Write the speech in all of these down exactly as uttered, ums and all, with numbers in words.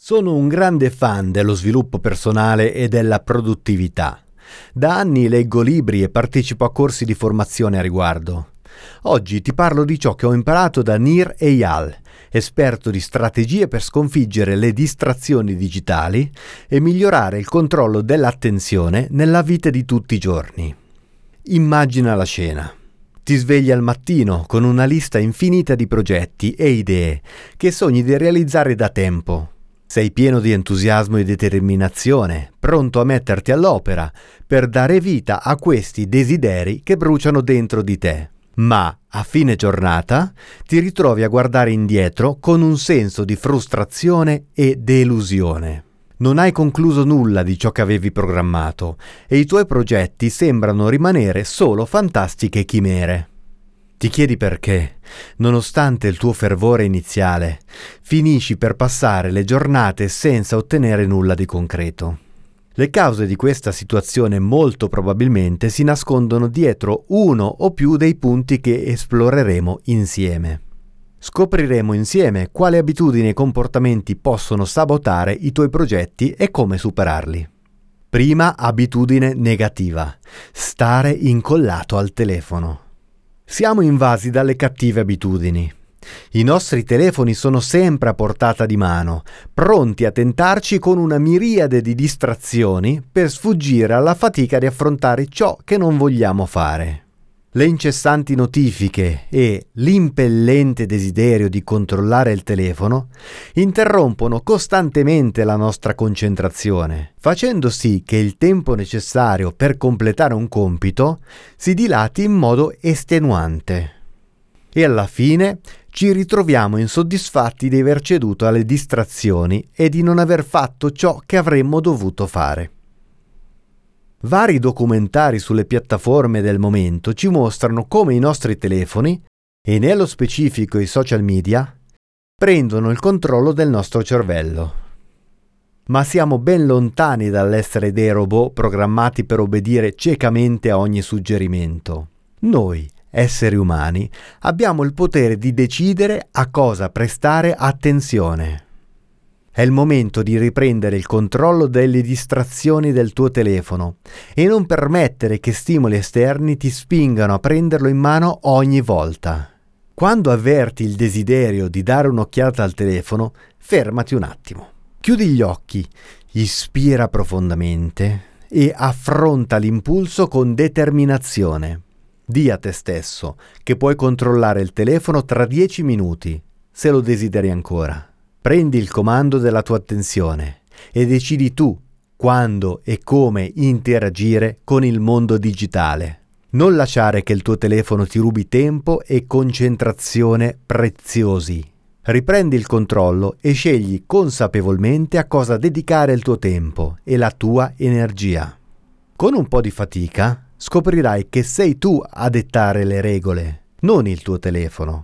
Sono un grande fan dello sviluppo personale e della produttività. Da anni leggo libri e partecipo a corsi di formazione a riguardo. Oggi ti parlo di ciò che ho imparato da Nir Eyal, esperto di strategie per sconfiggere le distrazioni digitali e migliorare il controllo dell'attenzione nella vita di tutti i giorni. Immagina la scena. Ti svegli al mattino con una lista infinita di progetti e idee che sogni di realizzare da tempo. Sei pieno di entusiasmo e determinazione, pronto a metterti all'opera per dare vita a questi desideri che bruciano dentro di te. Ma a fine giornata ti ritrovi a guardare indietro con un senso di frustrazione e delusione. Non hai concluso nulla di ciò che avevi programmato e i tuoi progetti sembrano rimanere solo fantastiche chimere. Ti chiedi perché, nonostante il tuo fervore iniziale, finisci per passare le giornate senza ottenere nulla di concreto. Le cause di questa situazione molto probabilmente si nascondono dietro uno o più dei punti che esploreremo insieme. Scopriremo insieme quali abitudini e comportamenti possono sabotare i tuoi progetti e come superarli. Prima abitudine negativa: stare incollato al telefono. Siamo invasi dalle cattive abitudini. I nostri telefoni sono sempre a portata di mano, pronti a tentarci con una miriade di distrazioni per sfuggire alla fatica di affrontare ciò che non vogliamo fare. Le incessanti notifiche e l'impellente desiderio di controllare il telefono interrompono costantemente la nostra concentrazione, facendo sì che il tempo necessario per completare un compito si dilati in modo estenuante. E alla fine ci ritroviamo insoddisfatti di aver ceduto alle distrazioni e di non aver fatto ciò che avremmo dovuto fare. Vari documentari sulle piattaforme del momento ci mostrano come i nostri telefoni, e nello specifico i social media, prendono il controllo del nostro cervello. Ma siamo ben lontani dall'essere dei robot programmati per obbedire ciecamente a ogni suggerimento. Noi, esseri umani, abbiamo il potere di decidere a cosa prestare attenzione. È il momento di riprendere il controllo delle distrazioni del tuo telefono e non permettere che stimoli esterni ti spingano a prenderlo in mano ogni volta. Quando avverti il desiderio di dare un'occhiata al telefono, fermati un attimo. Chiudi gli occhi, ispira profondamente e affronta l'impulso con determinazione. Dì a te stesso che puoi controllare il telefono tra dieci minuti, se lo desideri ancora. Prendi il comando della tua attenzione e decidi tu quando e come interagire con il mondo digitale. Non lasciare che il tuo telefono ti rubi tempo e concentrazione preziosi. Riprendi il controllo e scegli consapevolmente a cosa dedicare il tuo tempo e la tua energia. Con un po' di fatica scoprirai che sei tu a dettare le regole, non il tuo telefono.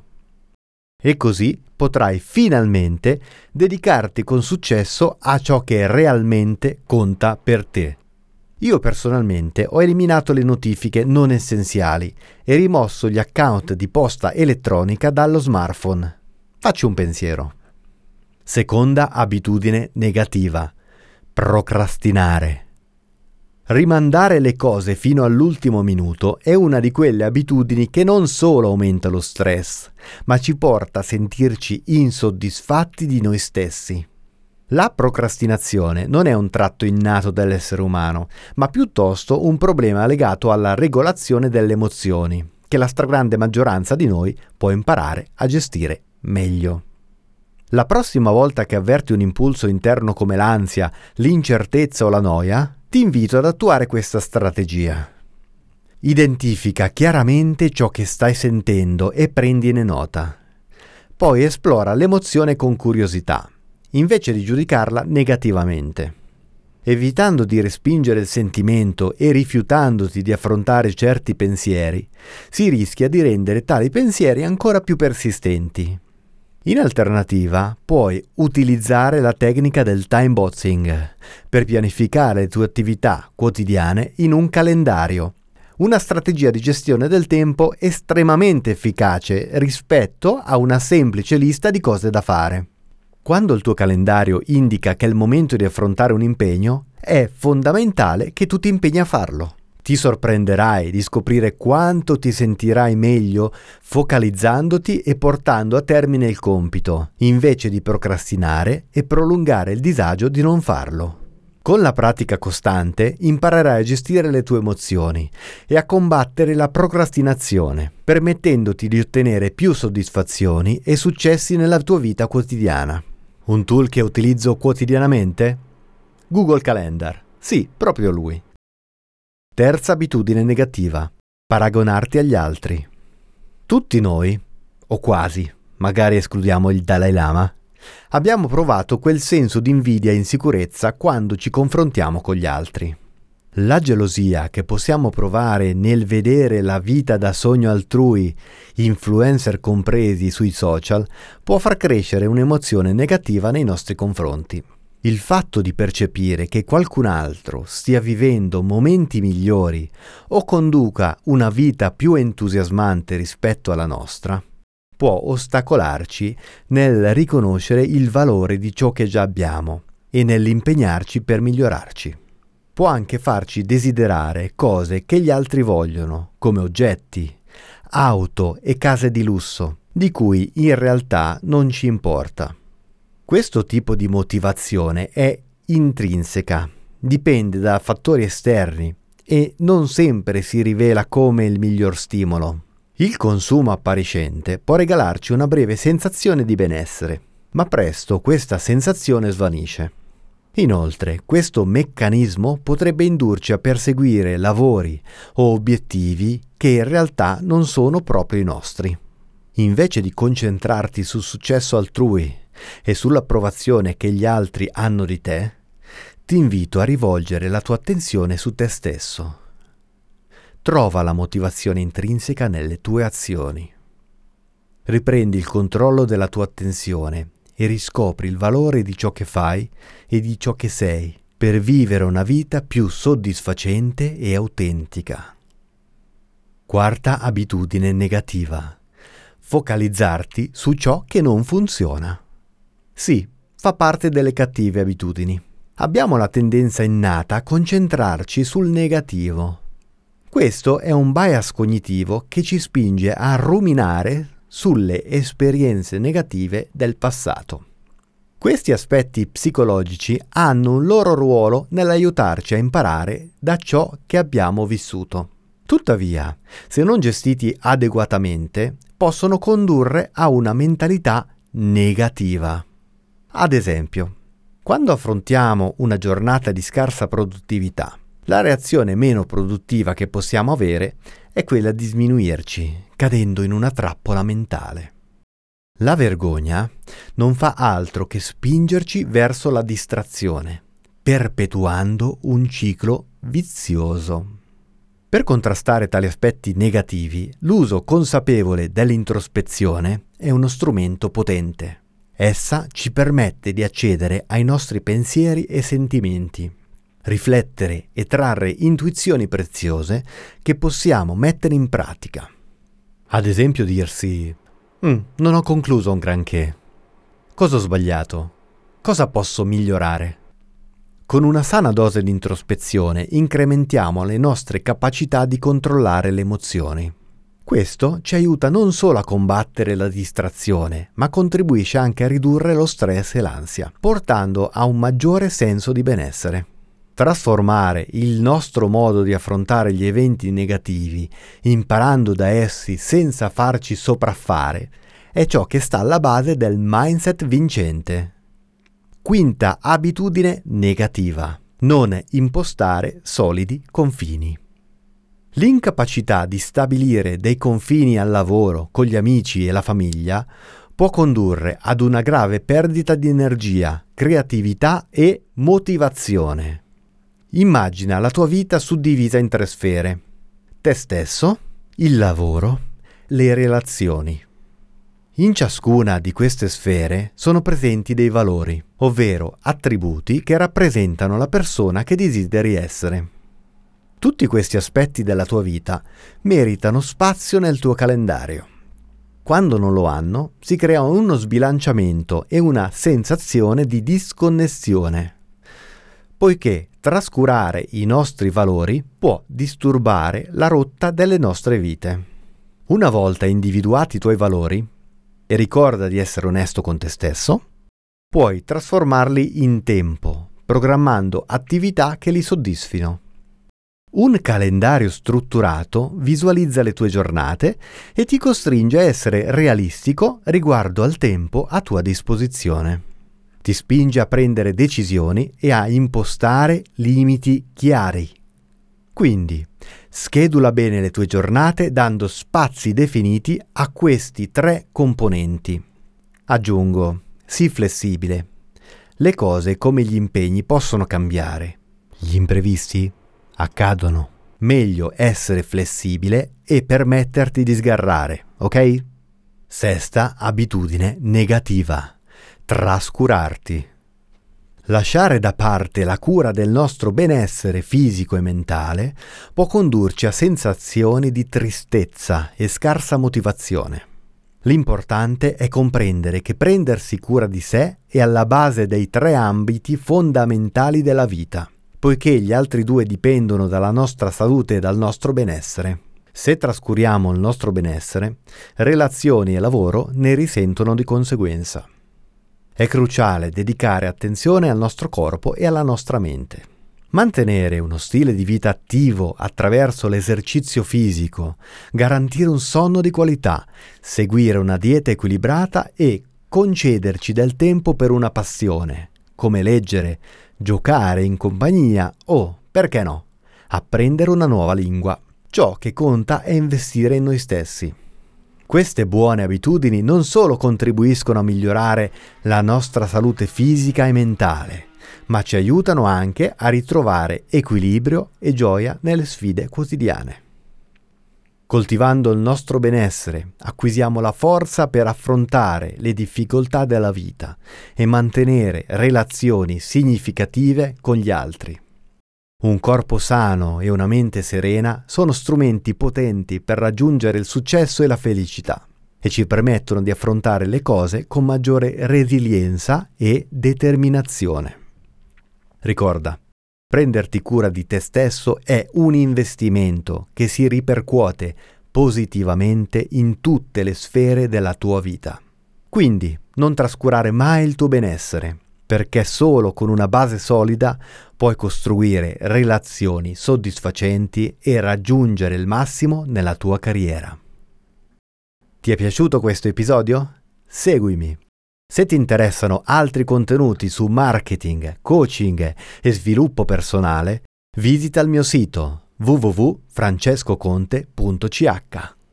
E così potrai finalmente dedicarti con successo a ciò che realmente conta per te. Io personalmente ho eliminato le notifiche non essenziali e rimosso gli account di posta elettronica dallo smartphone. Facci un pensiero. Seconda abitudine negativa: procrastinare. Rimandare le cose fino all'ultimo minuto è una di quelle abitudini che non solo aumenta lo stress, ma ci porta a sentirci insoddisfatti di noi stessi. La procrastinazione non è un tratto innato dell'essere umano, ma piuttosto un problema legato alla regolazione delle emozioni, che la stragrande maggioranza di noi può imparare a gestire meglio. La prossima volta che avverti un impulso interno come l'ansia, l'incertezza o la noia, ti invito ad attuare questa strategia. Identifica chiaramente ciò che stai sentendo e prendine nota. Poi esplora l'emozione con curiosità, invece di giudicarla negativamente. Evitando di respingere il sentimento e rifiutandoti di affrontare certi pensieri, si rischia di rendere tali pensieri ancora più persistenti. In alternativa, puoi utilizzare la tecnica del time boxing per pianificare le tue attività quotidiane in un calendario, una strategia di gestione del tempo estremamente efficace rispetto a una semplice lista di cose da fare. Quando il tuo calendario indica che è il momento di affrontare un impegno, è fondamentale che tu ti impegni a farlo. Ti sorprenderai di scoprire quanto ti sentirai meglio focalizzandoti e portando a termine il compito, invece di procrastinare e prolungare il disagio di non farlo. Con la pratica costante imparerai a gestire le tue emozioni e a combattere la procrastinazione, permettendoti di ottenere più soddisfazioni e successi nella tua vita quotidiana. Un tool che utilizzo quotidianamente? Google Calendar. Sì, proprio lui. Terza abitudine negativa: paragonarti agli altri. Tutti noi, o quasi, magari escludiamo il Dalai Lama, abbiamo provato quel senso di invidia e insicurezza quando ci confrontiamo con gli altri. La gelosia che possiamo provare nel vedere la vita da sogno altrui, influencer compresi sui social, può far crescere un'emozione negativa nei nostri confronti. Il fatto di percepire che qualcun altro stia vivendo momenti migliori o conduca una vita più entusiasmante rispetto alla nostra può ostacolarci nel riconoscere il valore di ciò che già abbiamo e nell'impegnarci per migliorarci. Può anche farci desiderare cose che gli altri vogliono, come oggetti, auto e case di lusso, di cui in realtà non ci importa. Questo tipo di motivazione è intrinseca, dipende da fattori esterni e non sempre si rivela come il miglior stimolo. Il consumo appariscente può regalarci una breve sensazione di benessere, ma presto questa sensazione svanisce. Inoltre, questo meccanismo potrebbe indurci a perseguire lavori o obiettivi che in realtà non sono proprio i nostri. Invece di concentrarti sul successo altrui e sull'approvazione che gli altri hanno di te, ti invito a rivolgere la tua attenzione su te stesso. Trova la motivazione intrinseca nelle tue azioni. Riprendi il controllo della tua attenzione e riscopri il valore di ciò che fai e di ciò che sei, per vivere una vita più soddisfacente e autentica. Quarta abitudine negativa: focalizzarti su ciò che non funziona. Sì, fa parte delle cattive abitudini. Abbiamo la tendenza innata a concentrarci sul negativo. Questo è un bias cognitivo che ci spinge a ruminare sulle esperienze negative del passato. Questi aspetti psicologici hanno un loro ruolo nell'aiutarci a imparare da ciò che abbiamo vissuto. Tuttavia, se non gestiti adeguatamente, possono condurre a una mentalità negativa. Ad esempio, quando affrontiamo una giornata di scarsa produttività, la reazione meno produttiva che possiamo avere è quella di sminuirci, cadendo in una trappola mentale. La vergogna non fa altro che spingerci verso la distrazione, perpetuando un ciclo vizioso. Per contrastare tali aspetti negativi, l'uso consapevole dell'introspezione è uno strumento potente. Essa ci permette di accedere ai nostri pensieri e sentimenti, riflettere e trarre intuizioni preziose che possiamo mettere in pratica. Ad esempio dirsi: mm, non ho concluso un granché. Cosa ho sbagliato? Cosa posso migliorare? Con una sana dose di introspezione incrementiamo le nostre capacità di controllare le emozioni. Questo ci aiuta non solo a combattere la distrazione, ma contribuisce anche a ridurre lo stress e l'ansia, portando a un maggiore senso di benessere. Trasformare il nostro modo di affrontare gli eventi negativi, imparando da essi senza farci sopraffare, è ciò che sta alla base del mindset vincente. Quinta abitudine negativa: non impostare solidi confini. L'incapacità di stabilire dei confini al lavoro, con gli amici e la famiglia può condurre ad una grave perdita di energia, creatività e motivazione. Immagina la tua vita suddivisa in tre sfere: te stesso, il lavoro, le relazioni. In ciascuna di queste sfere sono presenti dei valori, ovvero attributi che rappresentano la persona che desideri essere. Tutti questi aspetti della tua vita meritano spazio nel tuo calendario. Quando non lo hanno, si crea uno sbilanciamento e una sensazione di disconnessione, poiché trascurare i nostri valori può disturbare la rotta delle nostre vite. Una volta individuati i tuoi valori, e ricorda di essere onesto con te stesso, puoi trasformarli in tempo, programmando attività che li soddisfino. Un calendario strutturato visualizza le tue giornate e ti costringe a essere realistico riguardo al tempo a tua disposizione. Ti spinge a prendere decisioni e a impostare limiti chiari. Quindi, schedula bene le tue giornate dando spazi definiti a questi tre componenti. Aggiungo, sii flessibile. Le cose come gli impegni possono cambiare. Gli imprevisti accadono. Meglio essere flessibile e permetterti di sgarrare, ok? Sesta abitudine negativa. Trascurarti. Lasciare da parte la cura del nostro benessere fisico e mentale può condurci a sensazioni di tristezza e scarsa motivazione. L'importante è comprendere che prendersi cura di sé è alla base dei tre ambiti fondamentali della vita, poiché gli altri due dipendono dalla nostra salute e dal nostro benessere. Se trascuriamo il nostro benessere, relazioni e lavoro ne risentono di conseguenza. È cruciale dedicare attenzione al nostro corpo e alla nostra mente. Mantenere uno stile di vita attivo attraverso l'esercizio fisico, garantire un sonno di qualità, seguire una dieta equilibrata e concederci del tempo per una passione, come leggere, giocare in compagnia o, perché no, apprendere una nuova lingua. Ciò che conta è investire in noi stessi. Queste buone abitudini non solo contribuiscono a migliorare la nostra salute fisica e mentale, ma ci aiutano anche a ritrovare equilibrio e gioia nelle sfide quotidiane. Coltivando il nostro benessere, acquisiamo la forza per affrontare le difficoltà della vita e mantenere relazioni significative con gli altri. Un corpo sano e una mente serena sono strumenti potenti per raggiungere il successo e la felicità e ci permettono di affrontare le cose con maggiore resilienza e determinazione. Ricorda, prenderti cura di te stesso è un investimento che si ripercuote positivamente in tutte le sfere della tua vita. Quindi non trascurare mai il tuo benessere, perché solo con una base solida puoi costruire relazioni soddisfacenti e raggiungere il massimo nella tua carriera. Ti è piaciuto questo episodio? Seguimi. Se ti interessano altri contenuti su marketing, coaching e sviluppo personale, visita il mio sito w w w punto francesco conte punto c h.